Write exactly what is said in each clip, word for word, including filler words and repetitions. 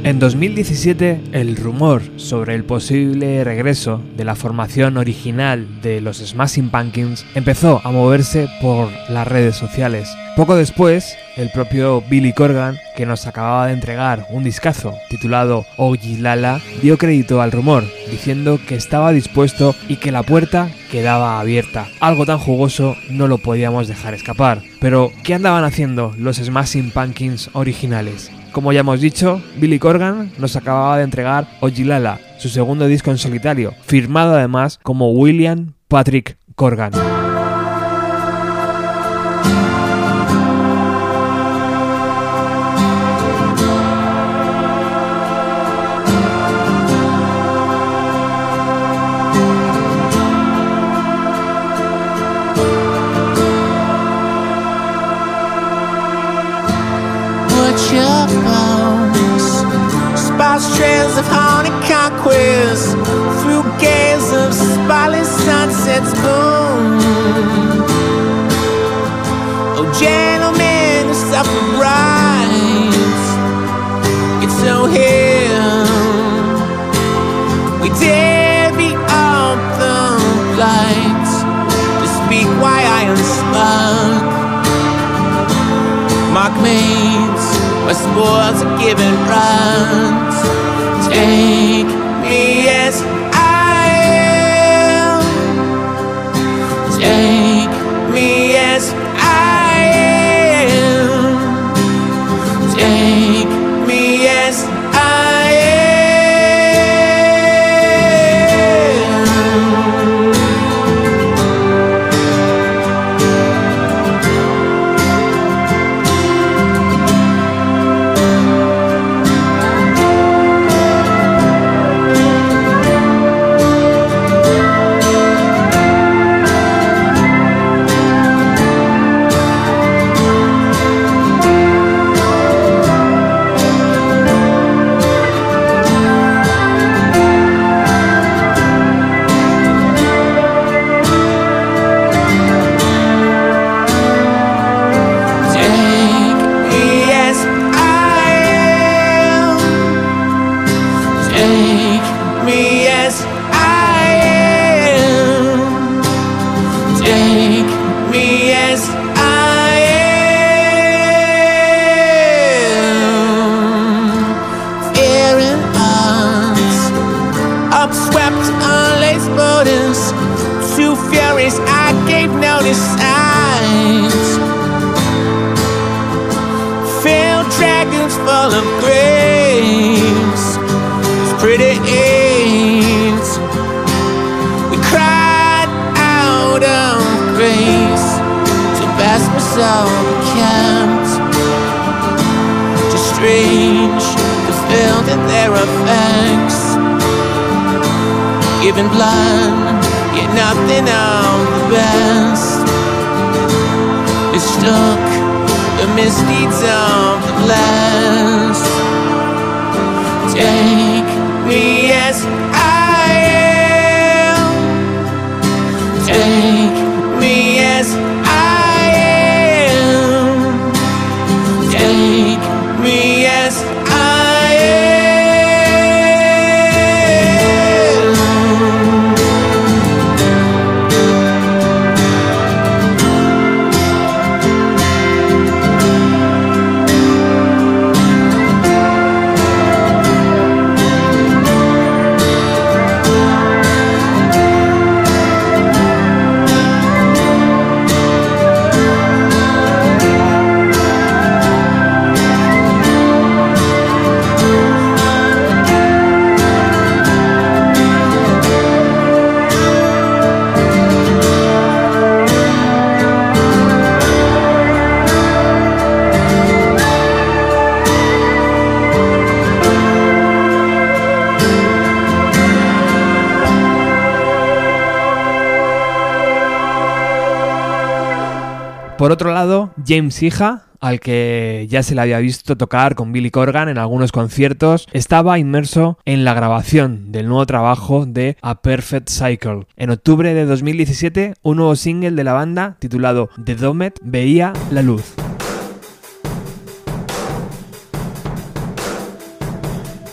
En dos mil diecisiete, el rumor sobre el posible regreso de la formación original de los Smashing Pumpkins empezó a moverse por las redes sociales. Poco después, el propio Billy Corgan, que nos acababa de entregar un discazo titulado Ojilala, dio crédito al rumor, diciendo que estaba dispuesto y que la puerta quedaba abierta. Algo tan jugoso no lo podíamos dejar escapar. Pero, ¿qué andaban haciendo los Smashing Pumpkins originales? Como ya hemos dicho, Billy Corgan nos acababa de entregar Ojilala, su segundo disco en solitario, firmado además como William Patrick Corgan. Trails of haunted conquest through gaze of spotted sunsets boom. Oh, gentlemen, suffer brides, it's so here. We dare be up the lights to speak why I unspoke. Mark mates, my spores are giving runs. Take me as I am. Take me as I am. Take me as I giving blood, yet nothing of the best. Mistook the misdeeds of the blessed. Take me as I am. Take me as I am. Take me as I am. Por otro lado, James Iha, al que ya se le había visto tocar con Billy Corgan en algunos conciertos, estaba inmerso en la grabación del nuevo trabajo de A Perfect Cycle. En octubre de dos mil diecisiete, un nuevo single de la banda, titulado The Domed, veía la luz.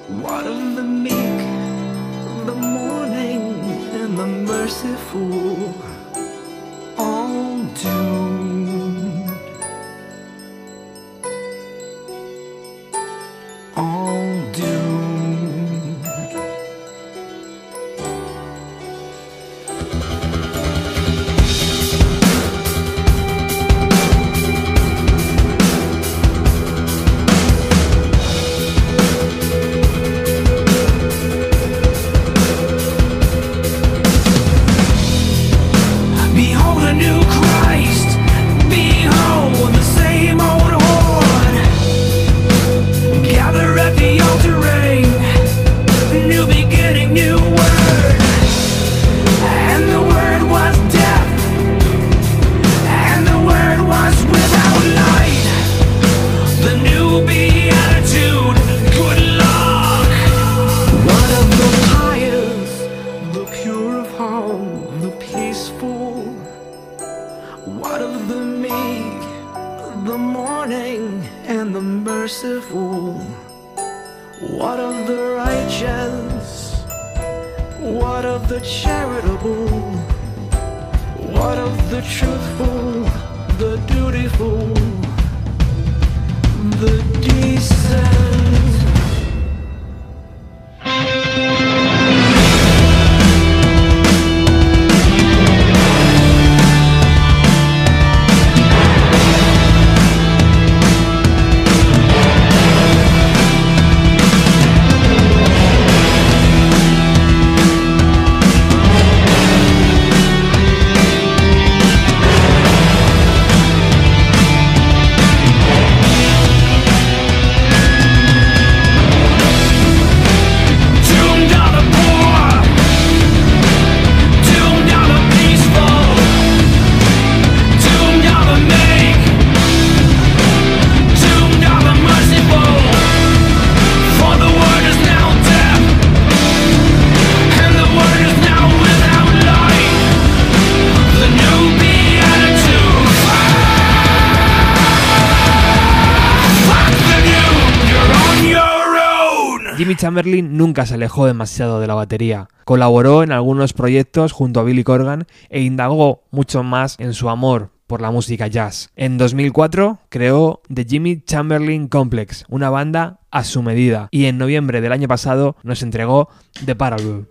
What of the meek, the mourning, and the merciful, all doomed, all doomed. Behold a new Christ, behold the same old horde. Gather at the altar ring, new beginning, new word. And the word was death, and the word was without light. The new beatitude, good luck. What of the pious, the pure of heart, the peaceful? What of the meek, the mourning, and the merciful? What of the righteous? What of the charitable? What of the truthful, the dutiful, the decent? Jimmy Chamberlin nunca se alejó demasiado de la batería. Colaboró en algunos proyectos junto a Billy Corgan e indagó mucho más en su amor por la música jazz. En dos mil cuatro creó The Jimmy Chamberlin Complex, una banda a su medida, y en noviembre del año pasado nos entregó The Parable.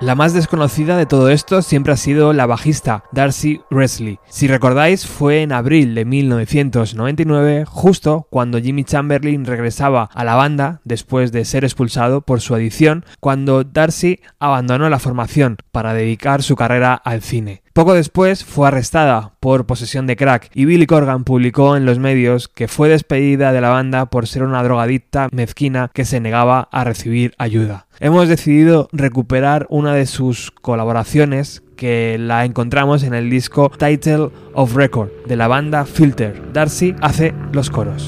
La más desconocida de todo esto siempre ha sido la bajista Darcy Resley. Si recordáis, fue en abril de mil novecientos noventa y nueve, justo cuando Jimmy Chamberlin regresaba a la banda después de ser expulsado por su adicción, cuando Darcy abandonó la formación para dedicar su carrera al cine. Poco después fue arrestada por posesión de crack y Billy Corgan publicó en los medios que fue despedida de la banda por ser una drogadicta mezquina que se negaba a recibir ayuda. Hemos decidido recuperar una de sus colaboraciones que la encontramos en el disco Title of Record de la banda Filter. Darcy hace los coros.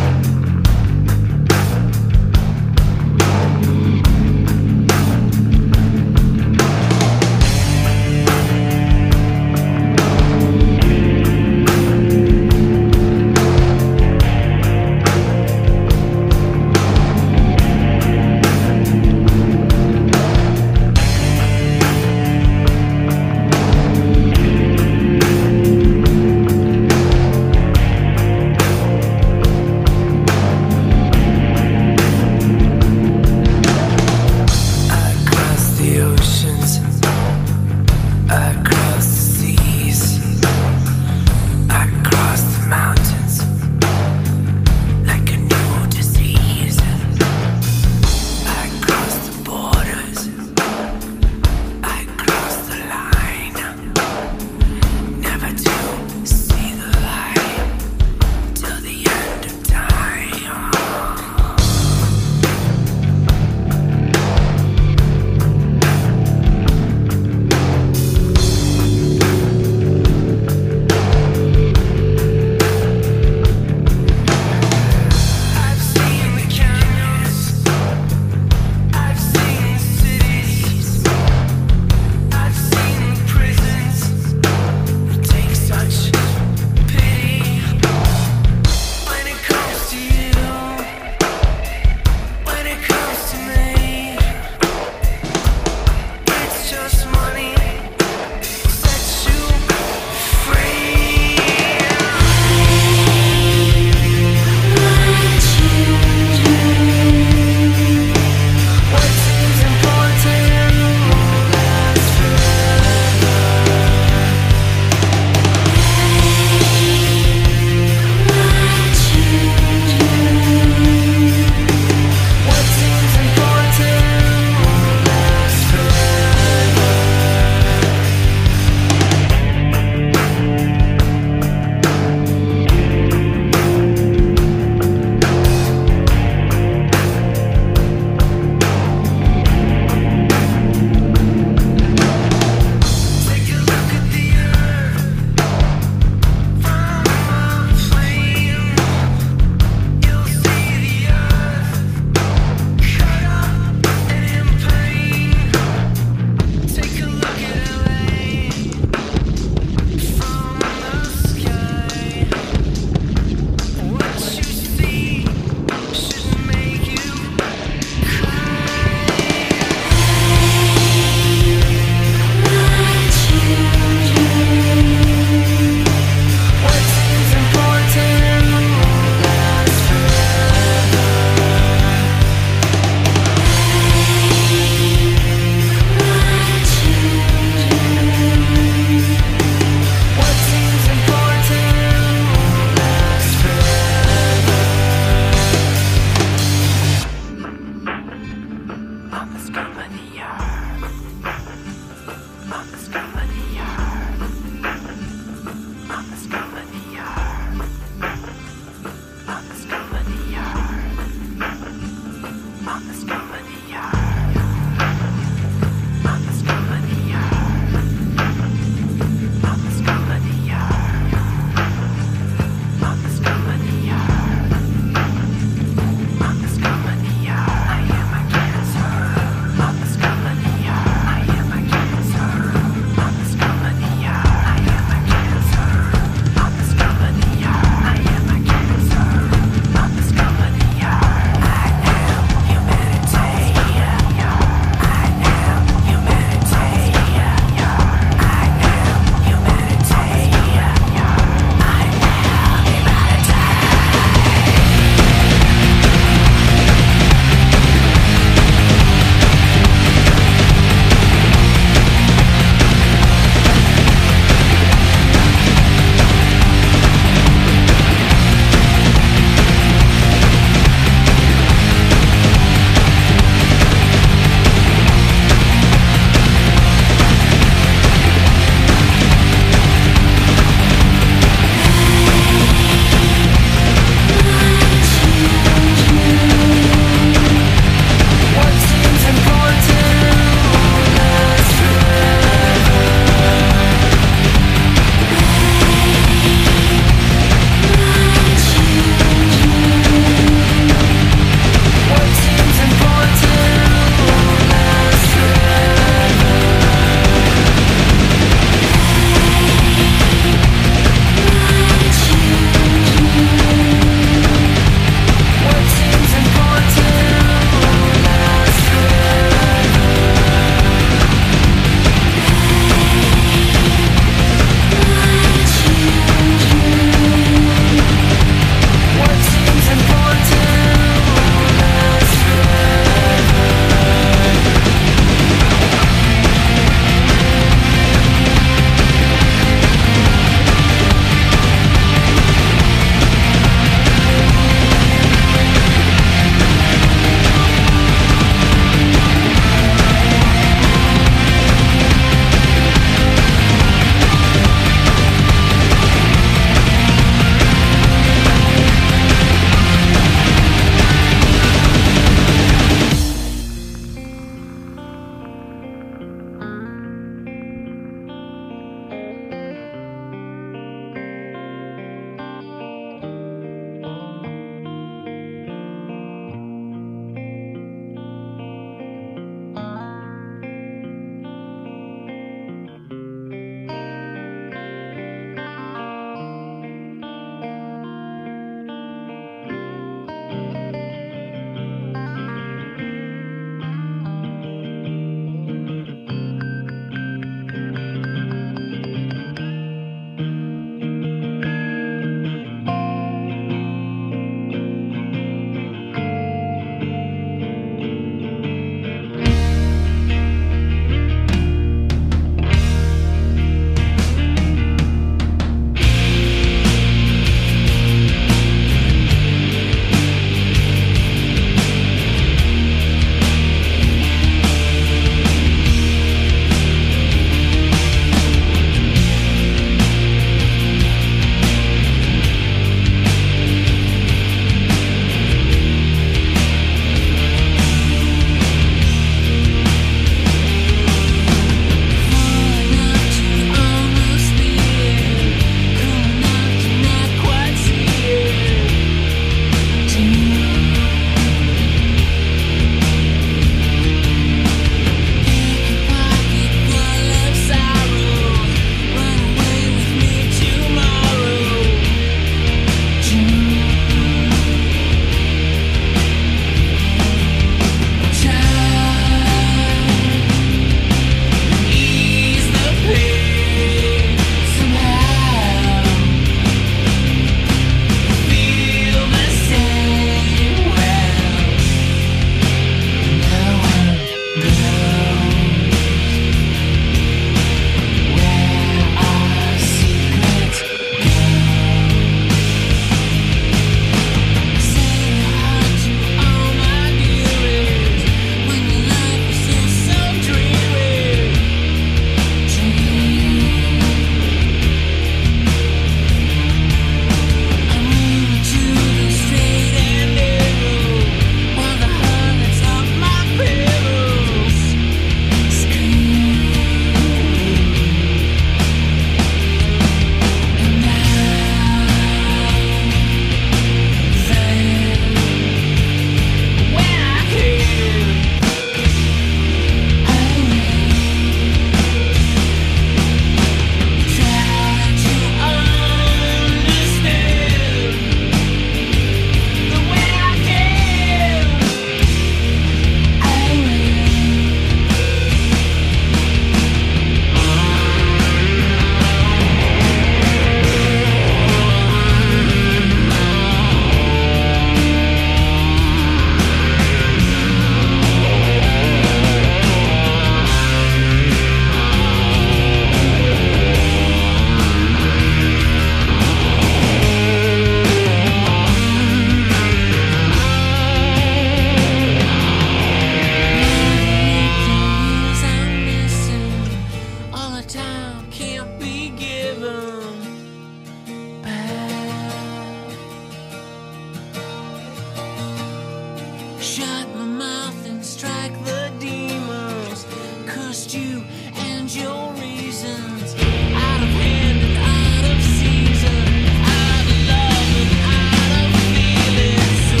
and your reasons. Out of hand and out of season, out of love and out of feeling. So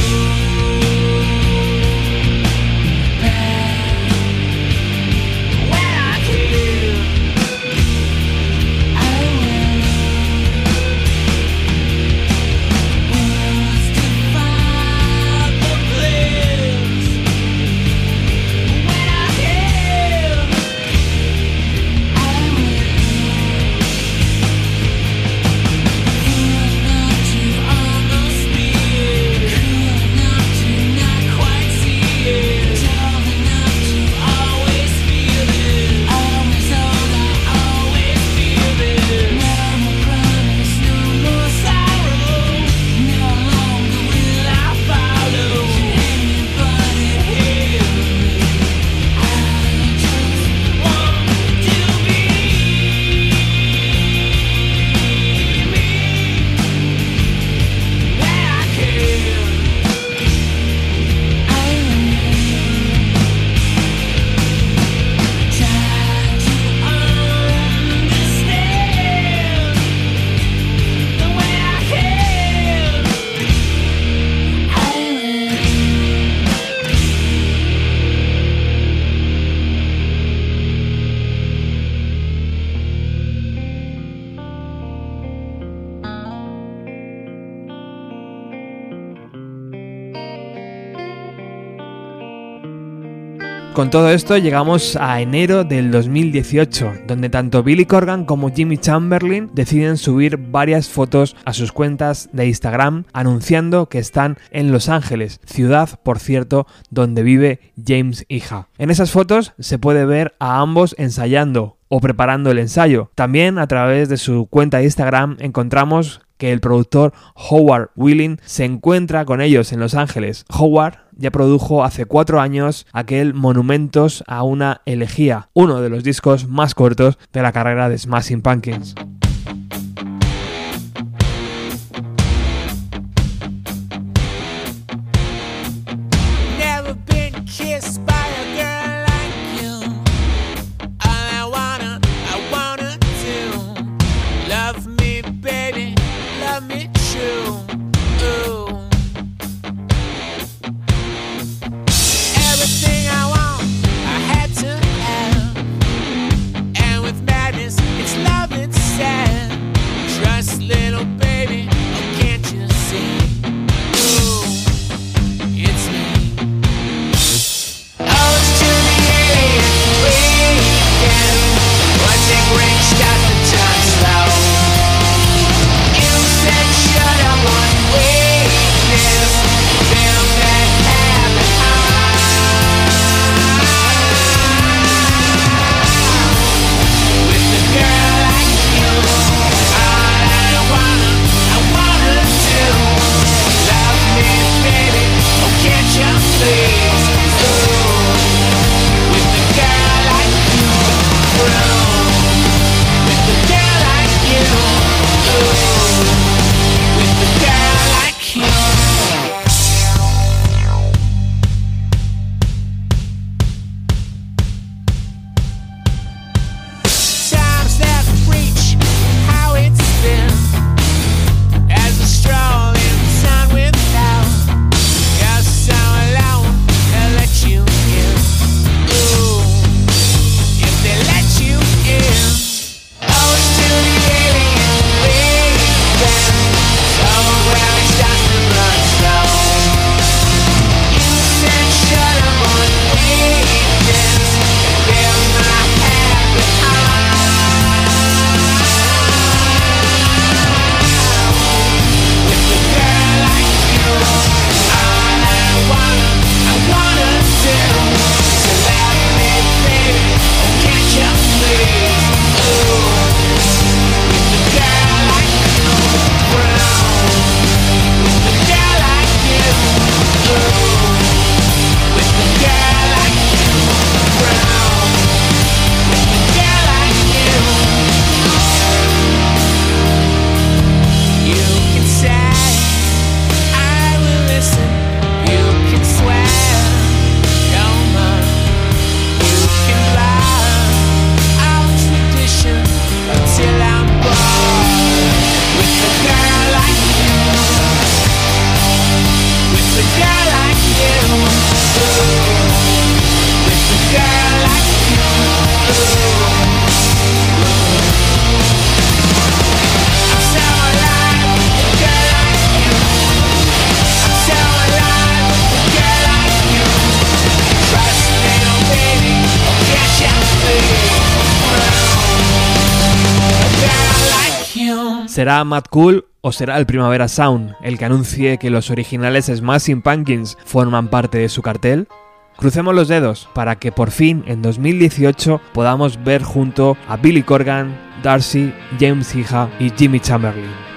bad when I care. I will. Words define the bliss. When I care, I will. Cool enough to almost be it. Cool enough to not quite see it. Tall enough to always feel it. Always old, I always feel it. No more promise, no more sorrow. No longer will I follow anybody here. I just want to be me. When I care, I will try to understand the way I care. I will. Con todo esto llegamos a enero del dos mil dieciocho, donde tanto Billy Corgan como Jimmy Chamberlin deciden subir varias fotos a sus cuentas de Instagram anunciando que están en Los Ángeles, ciudad, por cierto, donde vive James Iha. En esas fotos se puede ver a ambos ensayando o preparando el ensayo. También a través de su cuenta de Instagram encontramos que el productor Howard Willing se encuentra con ellos en Los Ángeles. Howard ya produjo hace cuatro años aquel Monumentos a una elegía, uno de los discos más cortos de la carrera de Smashing Pumpkins. Never been kissed by a girl like you. All I wanna, I wanna do. Love me, baby, love me true. Ooh. Everything I want, I had to have. And with madness, it's love itself. ¿Será Mad Cool o será el Primavera Sound el que anuncie que los originales Smashing Pumpkins forman parte de su cartel? Crucemos los dedos para que por fin en dos mil dieciocho podamos ver junto a Billy Corgan, Darcy, James Iha y Jimmy Chamberlin.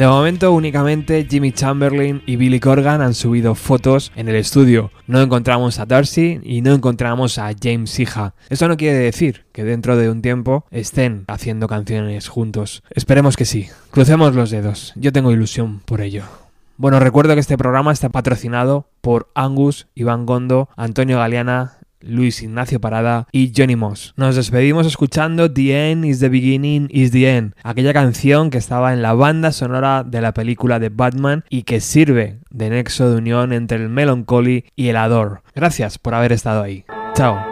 De momento únicamente Jimmy Chamberlin y Billy Corgan han subido fotos en el estudio. No encontramos a Darcy y no encontramos a James Iha. Eso no quiere decir que dentro de un tiempo estén haciendo canciones juntos. Esperemos que sí. Crucemos los dedos. Yo tengo ilusión por ello. Bueno, recuerdo que este programa está patrocinado por Angus, Iván Gondo, Antonio Galeana, Luis Ignacio Parada y Johnny Moss. Nos despedimos escuchando The End is the Beginning is the End, aquella canción que estaba en la banda sonora de la película de Batman y que sirve de nexo de unión entre el Melancholy y el Adore. Gracias por haber estado ahí. Chao.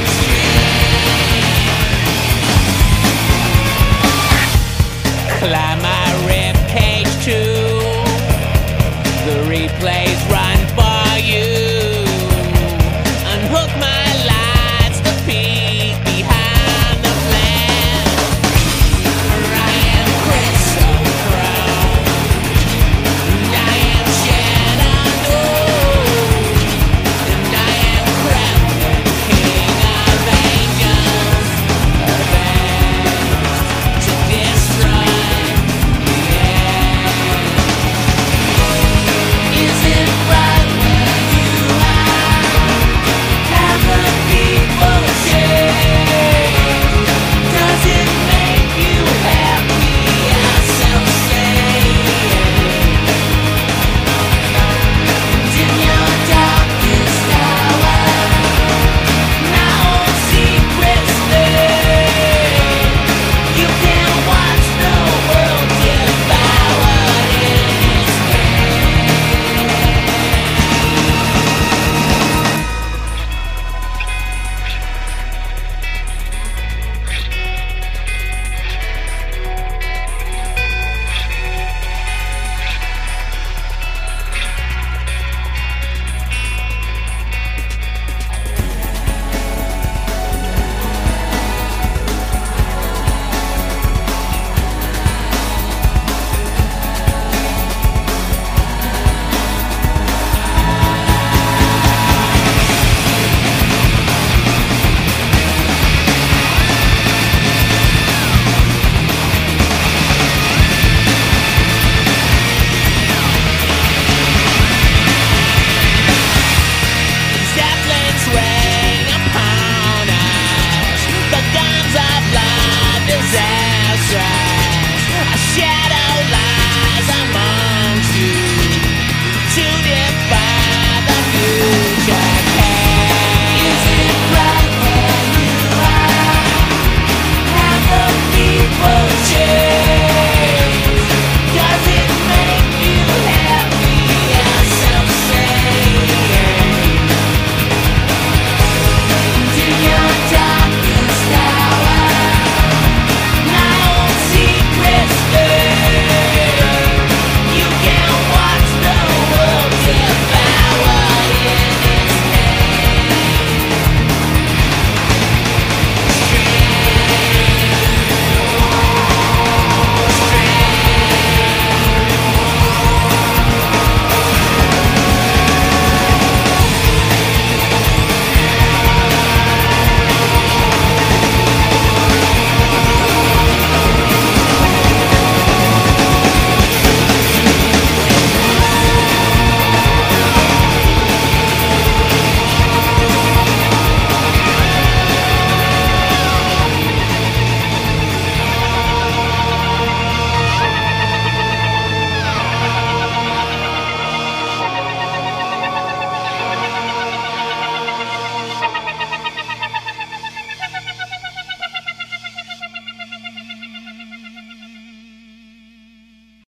Climb